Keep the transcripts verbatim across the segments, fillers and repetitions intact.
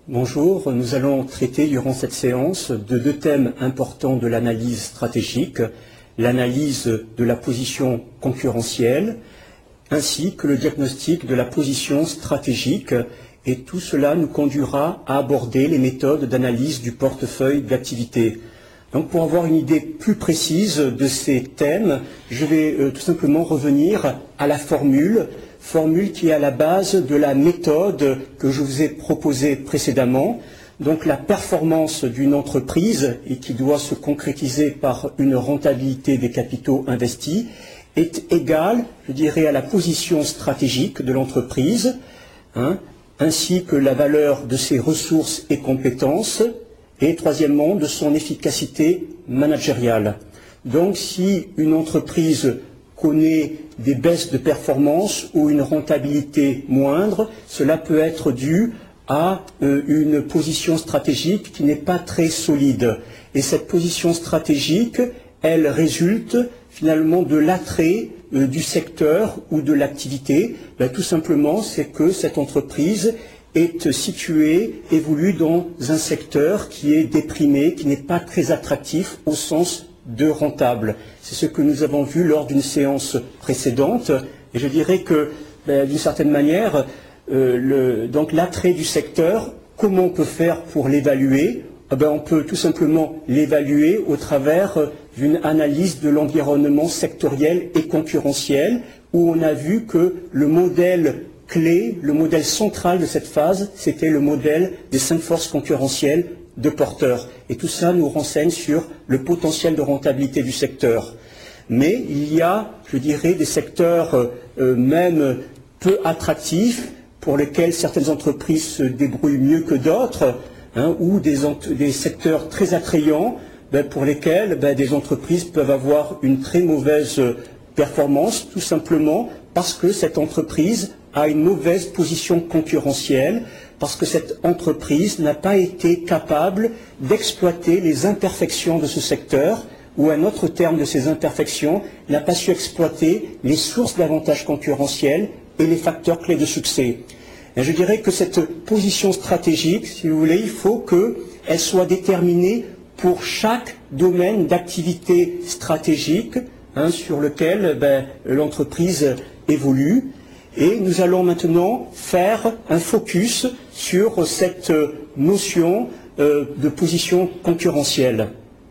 Bonjour, nous allons traiter durant cette séance de deux thèmes importants de l'analyse stratégique, l'analyse de la position concurrentielle ainsi que le diagnostic de la position stratégique, et tout cela nous conduira à aborder les méthodes d'analyse du portefeuille d'activité. Donc pour avoir une idée plus précise de ces thèmes, je vais euh, tout simplement revenir à la formule, formule qui est à la base de la méthode que je vous ai proposée précédemment. Donc la performance d'une entreprise, et qui doit se concrétiser par une rentabilité des capitaux investis, est égale, je dirais, à la position stratégique de l'entreprise, hein, ainsi que la valeur de ses ressources et compétences, et troisièmement, de son efficacité managériale. Donc si une entreprise connaît des baisses de performance ou une rentabilité moindre, cela peut être dû à euh, une position stratégique qui n'est pas très solide. Et cette position stratégique, elle résulte finalement de l'attrait euh, du secteur ou de l'activité. Ben, tout simplement, c'est que cette entreprise est située, évolue dans un secteur qui est déprimé, qui n'est pas très attractif au sens de rentable. C'est ce que nous avons vu lors d'une séance précédente, et je dirais que, ben, d'une certaine manière, euh, le, donc l'attrait du secteur, comment on peut faire pour l'évaluer? Eh ben, on peut tout simplement l'évaluer au travers d'une analyse de l'environnement sectoriel et concurrentiel, où on a vu que le modèle clé, le modèle central de cette phase, c'était le modèle des cinq forces concurrentielles de Porter. Et tout ça nous renseigne sur le potentiel de rentabilité du secteur. Mais il y a, je dirais, des secteurs euh, même peu attractifs, pour lesquels certaines entreprises se débrouillent mieux que d'autres, hein, ou des, des secteurs très attrayants, ben, pour lesquels ben, des entreprises peuvent avoir une très mauvaise performance, tout simplement parce que cette entreprise a une mauvaise position concurrentielle, parce que cette entreprise n'a pas été capable d'exploiter les imperfections de ce secteur, ou un autre terme de ces imperfections, n'a pas su exploiter les sources d'avantages concurrentiels et les facteurs clés de succès. Et je dirais que cette position stratégique, si vous voulez, il faut qu'elle soit déterminée pour chaque domaine d'activité stratégique, hein, sur lequel ben, l'entreprise évolue. Et nous allons maintenant faire un focus sur cette notion euh, de position concurrentielle.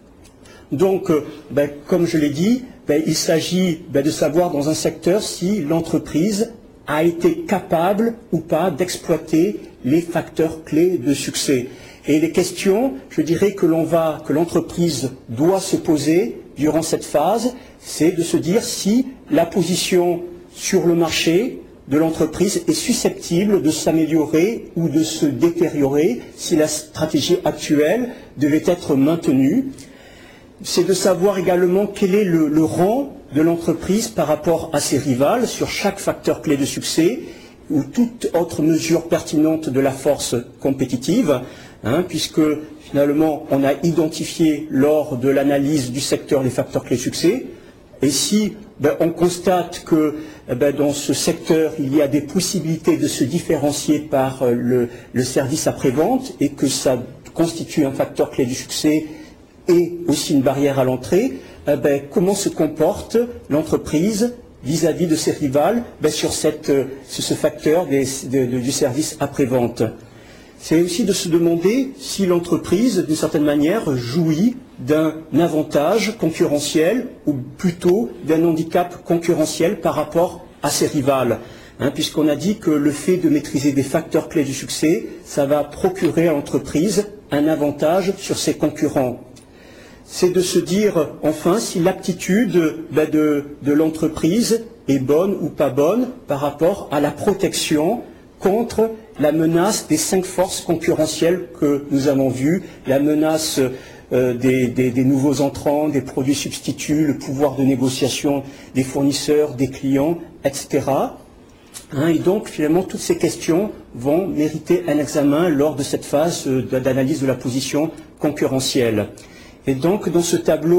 Donc, euh, ben, comme je l'ai dit, ben, il s'agit ben, de savoir dans un secteur si l'entreprise a été capable ou pas d'exploiter les facteurs clés de succès. Et les questions, je dirais, que l'on va, que l'entreprise doit se poser durant cette phase, c'est de se dire si la position sur le marché de l'entreprise est susceptible de s'améliorer ou de se détériorer si la stratégie actuelle devait être maintenue. C'est de savoir également quel est le, le rang de l'entreprise par rapport à ses rivales sur chaque facteur clé de succès ou toute autre mesure pertinente de la force compétitive, hein, puisque finalement on a identifié lors de l'analyse du secteur les facteurs clés de succès. Et si ben, on constate que ben, dans ce secteur, il y a des possibilités de se différencier par euh, le, le service après-vente et que ça constitue un facteur clé du succès et aussi une barrière à l'entrée, eh ben, comment se comporte l'entreprise vis-à-vis de ses rivales ben, sur, cette, sur ce facteur des, de, de, du service après-vente. C'est aussi de se demander si l'entreprise, d'une certaine manière, jouit d'un avantage concurrentiel ou plutôt d'un handicap concurrentiel par rapport à ses rivales. Hein, puisqu'on a dit que le fait de maîtriser des facteurs clés du succès, ça va procurer à l'entreprise un avantage sur ses concurrents. C'est de se dire, enfin, si l'aptitude ben, de, de l'entreprise est bonne ou pas bonne par rapport à la protection contre la menace des cinq forces concurrentielles que nous avons vues, la menace euh, des, des, des nouveaux entrants, des produits substituts, le pouvoir de négociation des fournisseurs, des clients, et cetera. Hein, et donc, finalement, toutes ces questions vont mériter un examen lors de cette phase euh, d'analyse de la position concurrentielle. Et donc, dans ce tableau,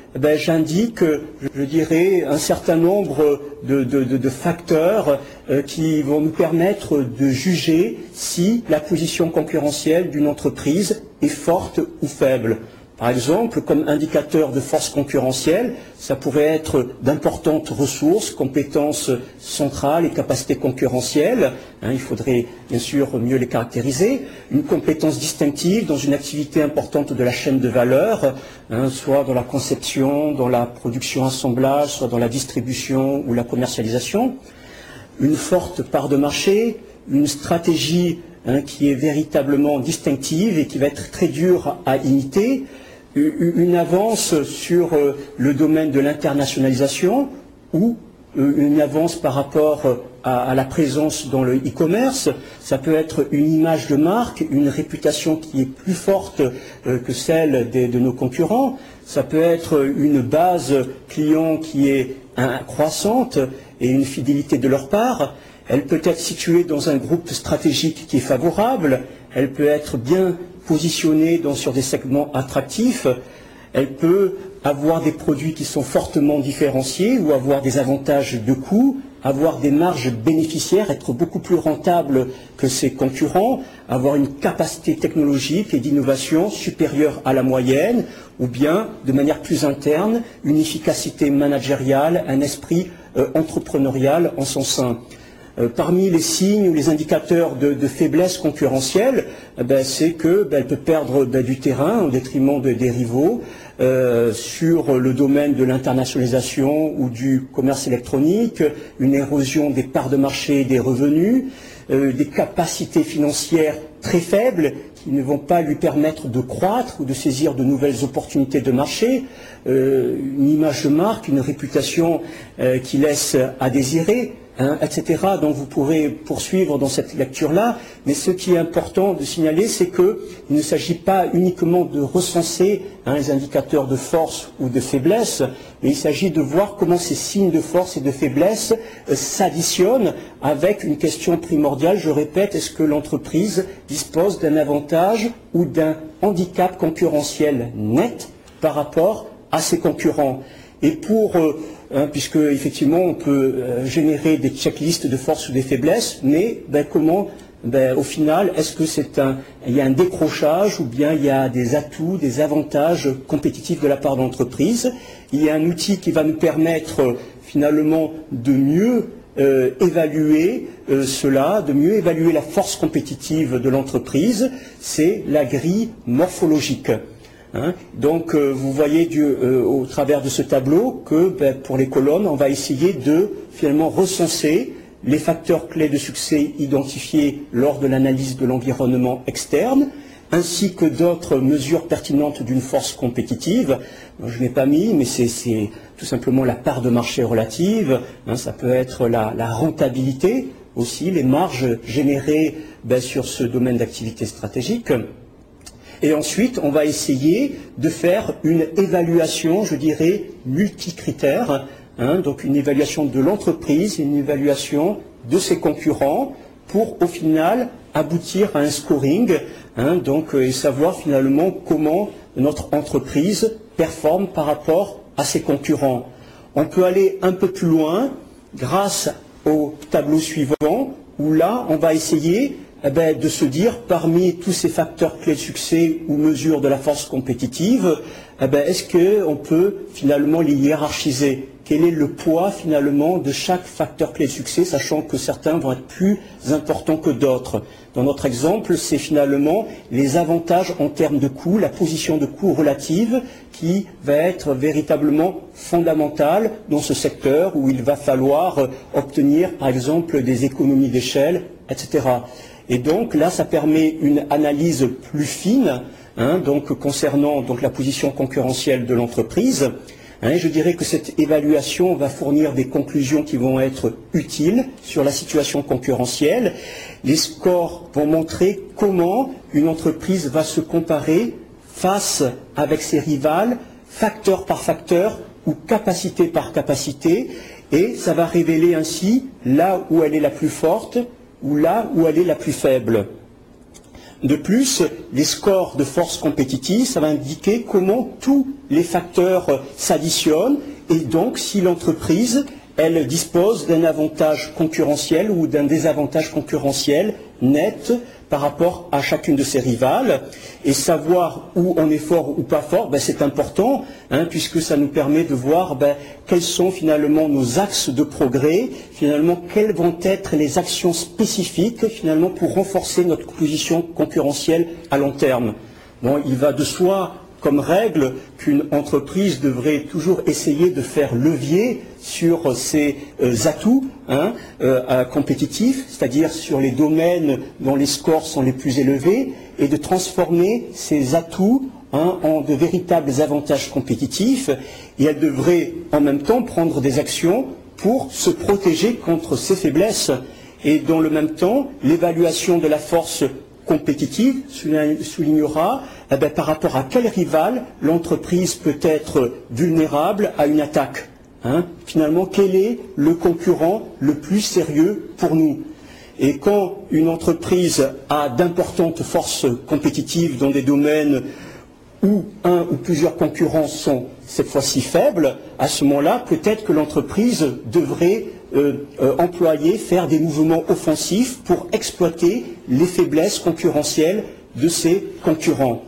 ben, j'indique, je dirais, un certain nombre de, de, de, de facteurs euh, qui vont nous permettre de juger si la position concurrentielle d'une entreprise est forte ou faible. Par exemple, comme indicateur de force concurrentielle, ça pourrait être d'importantes ressources, compétences centrales et capacités concurrentielles. Hein, il faudrait bien sûr mieux les caractériser. Une compétence distinctive dans une activité importante de la chaîne de valeur, hein, soit dans la conception, dans la production-assemblage, soit dans la distribution ou la commercialisation. Une forte part de marché, une stratégie hein, qui est véritablement distinctive et qui va être très dure à imiter. Une avance sur le domaine de l'internationalisation ou une avance par rapport à, à la présence dans le e-commerce. Ça peut être une image de marque, une réputation qui est plus forte que celle des, de nos concurrents. Ça peut être une base client qui est hein, croissante et une fidélité de leur part. Elle peut être située dans un groupe stratégique qui est favorable. Elle peut être bien positionnée dans, sur des segments attractifs, elle peut avoir des produits qui sont fortement différenciés ou avoir des avantages de coût, avoir des marges bénéficiaires, être beaucoup plus rentable que ses concurrents, avoir une capacité technologique et d'innovation supérieure à la moyenne, ou bien, de manière plus interne, une efficacité managériale, un esprit euh, entrepreneurial en son sein. Parmi les signes ou les indicateurs de, de faiblesse concurrentielle, eh ben, c'est qu'elle ben, peut perdre ben, du terrain au détriment de, des rivaux euh, sur le domaine de l'internationalisation ou du commerce électronique, une érosion des parts de marché et des revenus, euh, des capacités financières très faibles qui ne vont pas lui permettre de croître ou de saisir de nouvelles opportunités de marché, euh, une image de marque, une réputation euh, qui laisse à désirer, Hein, et cetera. Donc vous pourrez poursuivre dans cette lecture-là, mais ce qui est important de signaler, c'est qu'il ne s'agit pas uniquement de recenser hein, les indicateurs de force ou de faiblesse, mais il s'agit de voir comment ces signes de force et de faiblesse euh, s'additionnent avec une question primordiale, je répète, est-ce que l'entreprise dispose d'un avantage ou d'un handicap concurrentiel net par rapport à ses concurrents. Et pour euh, Hein, puisque effectivement on peut euh, générer des checklists de force ou des faiblesses, mais ben, comment, ben, au final, est-ce que c'est un, il y a un décrochage ou bien il y a des atouts, des avantages compétitifs de la part de l'entreprise. Il y a un outil qui va nous permettre euh, finalement de mieux euh, évaluer euh, cela, de mieux évaluer la force compétitive de l'entreprise, c'est la grille morphologique. Hein, donc euh, vous voyez du, euh, au travers de ce tableau que ben, pour les colonnes, on va essayer de finalement recenser les facteurs clés de succès identifiés lors de l'analyse de l'environnement externe, ainsi que d'autres mesures pertinentes d'une force compétitive. Je n'ai pas mis, mais c'est tout simplement la part de marché relative, hein, ça peut être la, la rentabilité aussi, les marges générées ben, sur ce domaine d'activité stratégique. Et ensuite, on va essayer de faire une évaluation, je dirais, multicritère, hein, donc une évaluation de l'entreprise, une évaluation de ses concurrents, pour au final aboutir à un scoring, hein, donc, et savoir finalement comment notre entreprise performe par rapport à ses concurrents. On peut aller un peu plus loin grâce au tableau suivant, où là, on va essayer Eh bien, de se dire, parmi tous ces facteurs clés de succès ou mesures de la force compétitive, eh bien, est-ce qu'on peut finalement les hiérarchiser? Quel est le poids finalement de chaque facteur clé de succès, sachant que certains vont être plus importants que d'autres? Dans notre exemple, c'est finalement les avantages en termes de coût, la position de coût relative qui va être véritablement fondamentale dans ce secteur où il va falloir obtenir, par exemple, des économies d'échelle, et cetera. Et donc là, ça permet une analyse plus fine, hein, donc concernant donc la position concurrentielle de l'entreprise. Hein, je dirais que cette évaluation va fournir des conclusions qui vont être utiles sur la situation concurrentielle. Les scores vont montrer comment une entreprise va se comparer face avec ses rivales, facteur par facteur ou capacité par capacité, et ça va révéler ainsi là où elle est la plus forte ou là où elle est la plus faible. De plus, les scores de force compétitive, ça va indiquer comment tous les facteurs s'additionnent et donc si l'entreprise, elle dispose d'un avantage concurrentiel ou d'un désavantage concurrentiel net par rapport à chacune de ses rivales. Et savoir où on est fort ou pas fort, ben, c'est important, hein, puisque ça nous permet de voir ben, quels sont finalement nos axes de progrès, finalement quelles vont être les actions spécifiques finalement pour renforcer notre position concurrentielle à long terme. Bon, il va de soi comme règle qu'une entreprise devrait toujours essayer de faire levier sur ses euh, atouts hein, euh, compétitifs, c'est-à-dire sur les domaines dont les scores sont les plus élevés, et de transformer ces atouts hein, en de véritables avantages compétitifs. Et elle devrait en même temps prendre des actions pour se protéger contre ces faiblesses. Et dans le même temps, l'évaluation de la force compétitive soulignera eh bien, par rapport à quel rival l'entreprise peut être vulnérable à une attaque. Hein. Finalement, quel est le concurrent le plus sérieux pour nous? Et quand une entreprise a d'importantes forces compétitives dans des domaines où un ou plusieurs concurrents sont cette fois-ci faibles, à ce moment-là, peut-être que l'entreprise devrait euh, euh, employer, faire des mouvements offensifs pour exploiter les faiblesses concurrentielles de ses concurrents.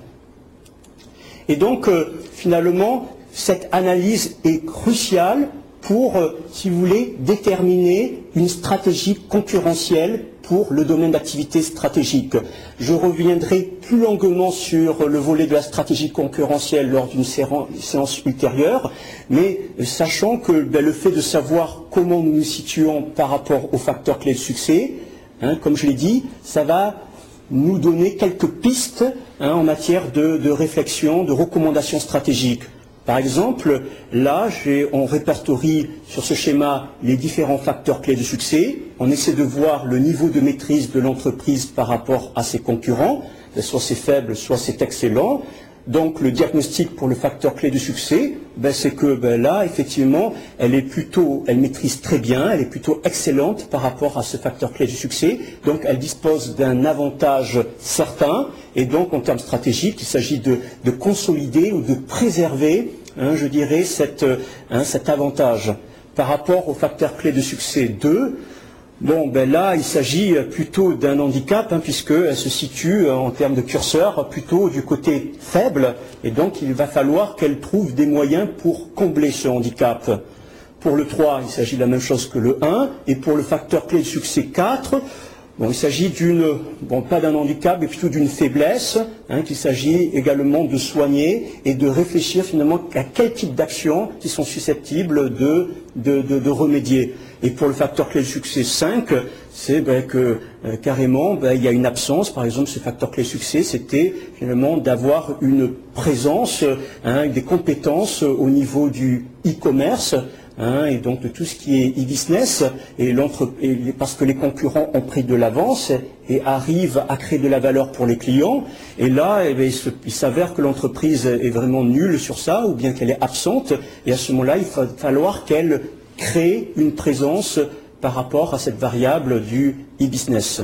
Et donc, euh, finalement, cette analyse est cruciale pour, euh, si vous voulez, déterminer une stratégie concurrentielle pour le domaine d'activité stratégique. Je reviendrai plus longuement sur le volet de la stratégie concurrentielle lors d'une séance ultérieure, mais sachant que ben, le fait de savoir comment nous nous situons par rapport aux facteurs clés de succès, hein, comme je l'ai dit, ça va nous donner quelques pistes hein, en matière de, de réflexion, de recommandations stratégiques. Par exemple, là, on répertorie sur ce schéma les différents facteurs clés de succès. On essaie de voir le niveau de maîtrise de l'entreprise par rapport à ses concurrents. Soit c'est faible, soit c'est excellent. Donc, le diagnostic pour le facteur clé de succès, ben, c'est que ben, là, effectivement, elle est plutôt, elle maîtrise très bien, elle est plutôt excellente par rapport à ce facteur clé de succès. Donc, elle dispose d'un avantage certain. Et donc, en termes stratégiques, il s'agit de, de consolider ou de préserver, hein, je dirais, cette, hein, cet avantage. Par rapport au facteur clé de succès deux, bon, ben là, il s'agit plutôt d'un handicap, hein, puisqu'elle se situe en termes de curseur plutôt du côté faible, et donc il va falloir qu'elle trouve des moyens pour combler ce handicap. Pour le trois, il s'agit de la même chose que le un, et pour le facteur clé de succès quatre, bon, il s'agit d'une, bon, pas d'un handicap, mais plutôt d'une faiblesse, hein, qu'il s'agit également de soigner et de réfléchir finalement à quel type d'actions qui sont susceptibles de, de, de, de remédier. Et pour le facteur clé de succès cinq, c'est ben, que euh, carrément, ben, il y a une absence. Par exemple, ce facteur clé de succès, c'était finalement d'avoir une présence, hein, des compétences au niveau du e-commerce, hein, et donc de tout ce qui est e-business, et, et parce que les concurrents ont pris de l'avance et arrivent à créer de la valeur pour les clients. Et là, eh bien, il, se, il s'avère que l'entreprise est vraiment nulle sur ça, ou bien qu'elle est absente. Et à ce moment-là, il va falloir qu'elle créer une présence par rapport à cette variable du e-business.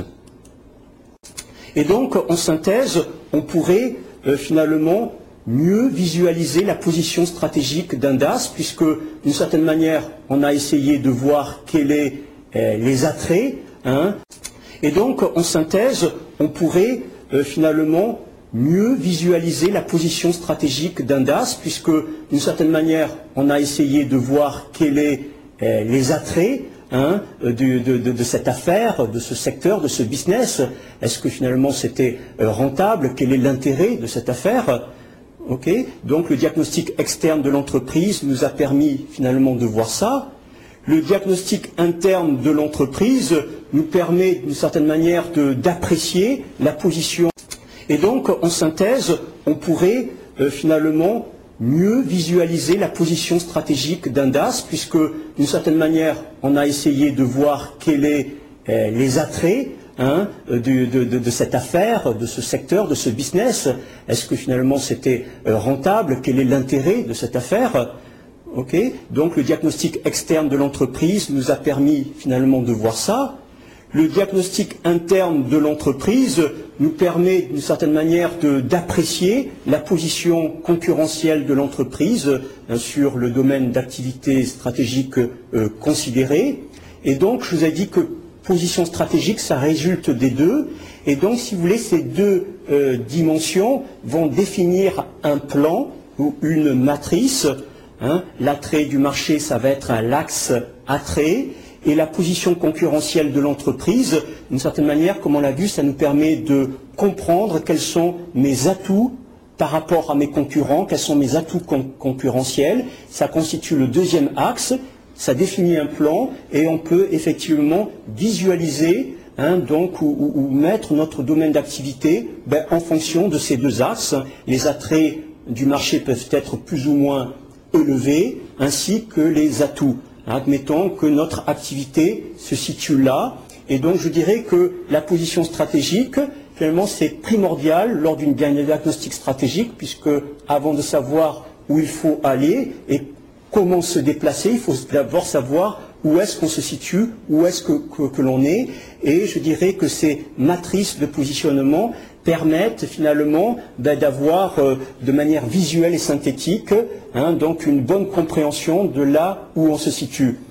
Et donc, en synthèse, on pourrait euh, finalement mieux visualiser la position stratégique d'un D A S, puisque d'une certaine manière, on a essayé de voir quels sont euh, les attraits. Hein. Et donc, en synthèse, on pourrait euh, finalement mieux visualiser la position stratégique d'un D A S, puisque d'une certaine manière, on a essayé de voir quels sont euh, les attraits hein, de, de, de, de cette affaire, de ce secteur, de ce business. Est-ce que finalement c'était euh, rentable? Quel est l'intérêt de cette affaire? Okay. Donc le diagnostic externe de l'entreprise nous a permis finalement de voir ça. Le diagnostic interne de l'entreprise nous permet d'une certaine manière de, d'apprécier la position. Et donc en synthèse, on pourrait euh, finalement mieux visualiser la position stratégique d'un D A S, puisque d'une certaine manière, on a essayé de voir quels sont euh, les attraits Hein, de, de, de, de cette affaire, de ce secteur, de ce business. Est-ce que finalement c'était euh, rentable? Quel est l'intérêt de cette affaire? Okay. Donc le diagnostic externe de l'entreprise nous a permis finalement de voir ça. Le diagnostic interne de l'entreprise nous permet d'une certaine manière d'apprécier la position concurrentielle de l'entreprise hein, sur le domaine d'activité stratégique euh, considéré. Et donc, je vous ai dit que position stratégique, ça résulte des deux. Et donc, si vous voulez, ces deux euh, dimensions vont définir un plan ou une matrice. Hein. L'attrait du marché, ça va être l'axe attrait. Et la position concurrentielle de l'entreprise, d'une certaine manière, comme on l'a vu, ça nous permet de comprendre quels sont mes atouts par rapport à mes concurrents, quels sont mes atouts con concurrentiels. Ça constitue le deuxième axe, ça définit un plan et on peut effectivement visualiser hein, donc, ou, ou, ou mettre notre domaine d'activité ben, en fonction de ces deux axes. Les attraits du marché peuvent être plus ou moins élevés, ainsi que les atouts. Admettons que notre activité se situe là, et donc je dirais que la position stratégique, finalement, c'est primordial lors d'une diagnostic stratégique, puisque avant de savoir où il faut aller et comment se déplacer, il faut d'abord savoir où est-ce qu'on se situe, où est-ce que, que, que l'on est, et je dirais que ces matrices de positionnement permettent finalement ben, d'avoir euh, de manière visuelle et synthétique hein, donc une bonne compréhension de là où on se situe.